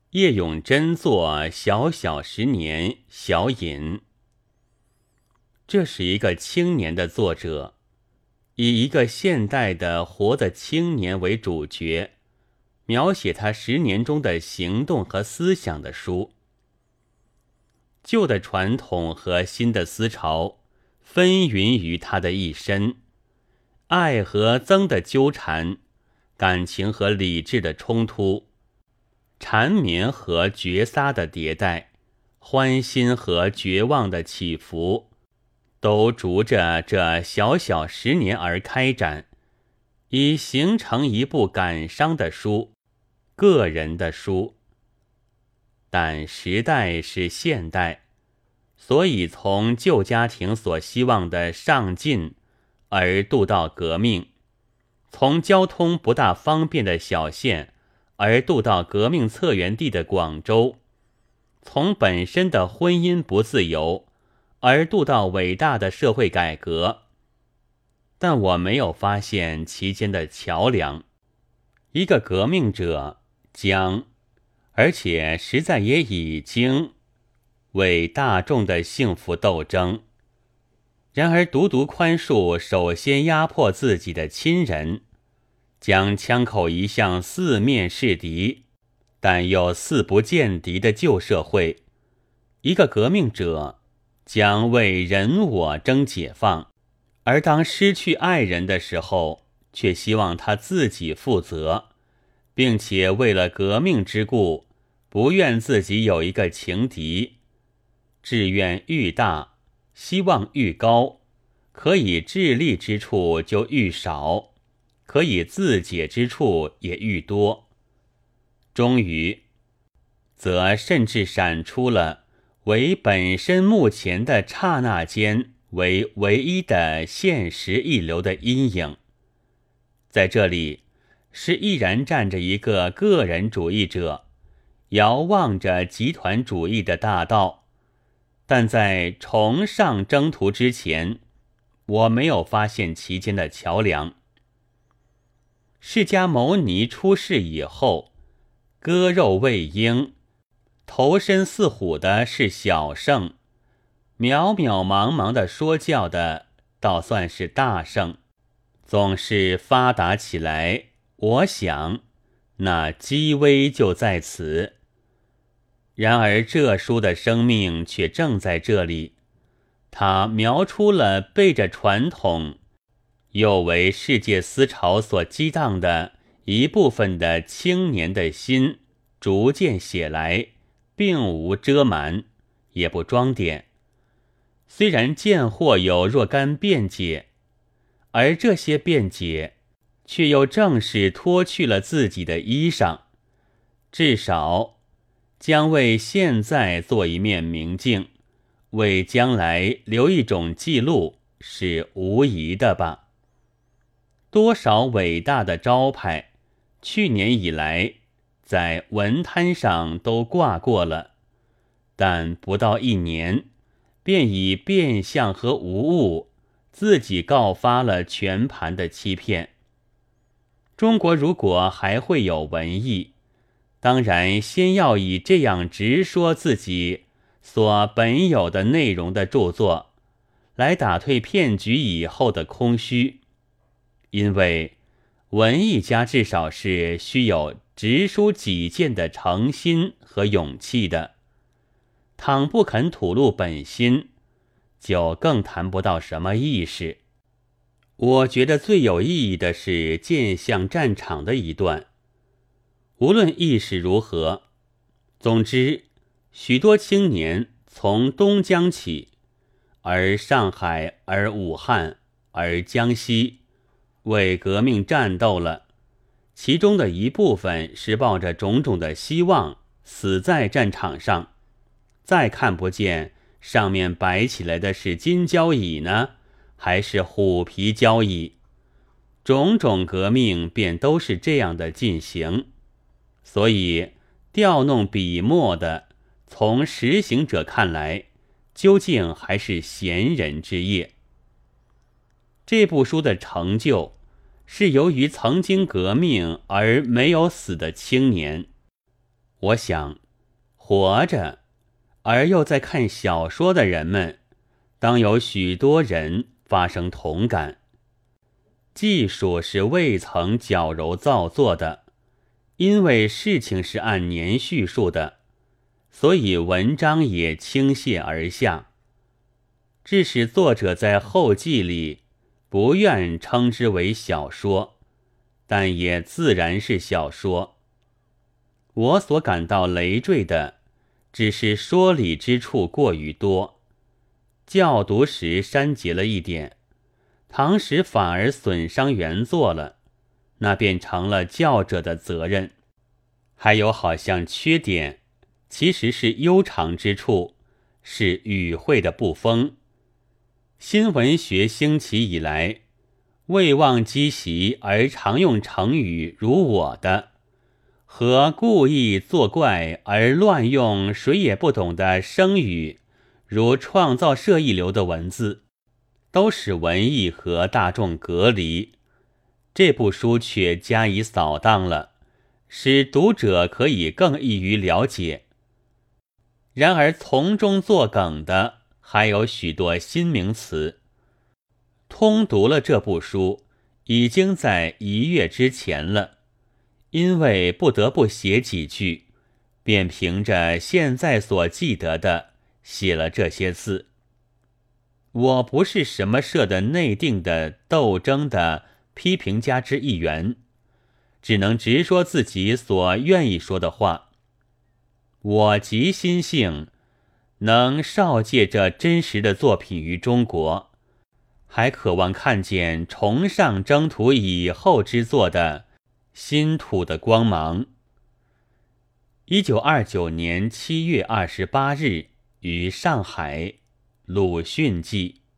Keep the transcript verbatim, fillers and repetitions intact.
叶永贞作《小小十年》小引。这是一个青年的作者，以一个现代的活的青年为主角，描写他十年中的行动和思想的书。旧的传统和新的思潮纷纭于他的一身，爱和憎的纠缠，感情和理智的冲突，缠绵和绝撒的迭代，欢欣和绝望的起伏，都逐着这小小十年而开展，以形成一部感伤的书，个人的书。但时代是现代，所以从旧家庭所希望的上进而渡到革命，从交通不大方便的小县而渡到革命策源地的广州，从本身的婚姻不自由而渡到伟大的社会改革。但我没有发现其间的桥梁。一个革命者将，而且实在也已经为大众的幸福斗争，然而独独宽恕首先压迫自己的亲人，将枪口移向四面是敌但又四不见敌的旧社会。一个革命者将为人我争解放，而当失去爱人的时候，却希望他自己负责，并且为了革命之故，不愿自己有一个情敌。志愿愈大，希望愈高，可以致力之处就愈少，可以自解之处也愈多。终于，则甚至闪出了为本身目前的刹那间为唯一的现实一流的阴影。在这里，是依然站着一个个人主义者，遥望着集团主义的大道，但在崇尚征途之前，我没有发现其间的桥梁。释迦牟尼出世以后，割肉喂鹰，头身似虎的是小圣，渺渺茫茫的说教的倒算是大圣。总是发达起来，我想那机微就在此。然而这书的生命却正在这里，它描出了背着传统又为世界思潮所激荡的一部分的青年的心，逐渐写来，并无遮瞒，也不装点。虽然见或有若干辩解，而这些辩解却又正是脱去了自己的衣裳，至少将为现在做一面明镜，为将来留一种记录，是无疑的吧。多少伟大的招牌，去年以来在文摊上都挂过了，但不到一年，便以变相和无误自己告发了全盘的欺骗。中国如果还会有文艺，当然先要以这样直说自己所本有的内容的著作，来打退骗局以后的空虚。因为文艺家至少是需有直抒己见的诚心和勇气的，倘不肯吐露本心，就更谈不到什么意识。我觉得最有意义的是剑向战场的一段，无论意识如何，总之许多青年从东江起，而上海，而武汉，而江西，为革命战斗了，其中的一部分是抱着种种的希望死在战场上，再看不见上面摆起来的是金交椅呢，还是虎皮交椅。种种革命便都是这样的进行，所以调弄笔墨的，从实行者看来，究竟还是闲人之业。这部书的成就是由于曾经革命而没有死的青年， 我想，活着而又在看小说的人们，当有许多人发生同感。技术是未曾矫揉造作的，因为事情是按年叙述的，所以文章也倾泻而下。致使作者在后记里不愿称之为小说，但也自然是小说。我所感到累赘的，只是说理之处过于多，校读时删节了一点，唐时反而损伤原作了，那便成了校者的责任。还有好像缺点，其实是悠长之处，是语汇的不丰。新文学兴起以来，未忘积习而常用成语如我的，和故意作怪而乱用谁也不懂的生语，如创造社一流的文字，都使文艺和大众隔离。这部书却加以扫荡了，使读者可以更易于了解。然而从中作梗的还有许多新名词。通读了这部书已经在一月之前了，因为不得不写几句，便凭着现在所记得的写了这些字。我不是什么社的内定的斗争的批评家之一员，只能直说自己所愿意说的话。我极心幸能绍介这真实的作品于中国，还渴望看见崇尚征途以后之作的新土的光芒。一九二九年七月二十八日于上海，鲁迅记。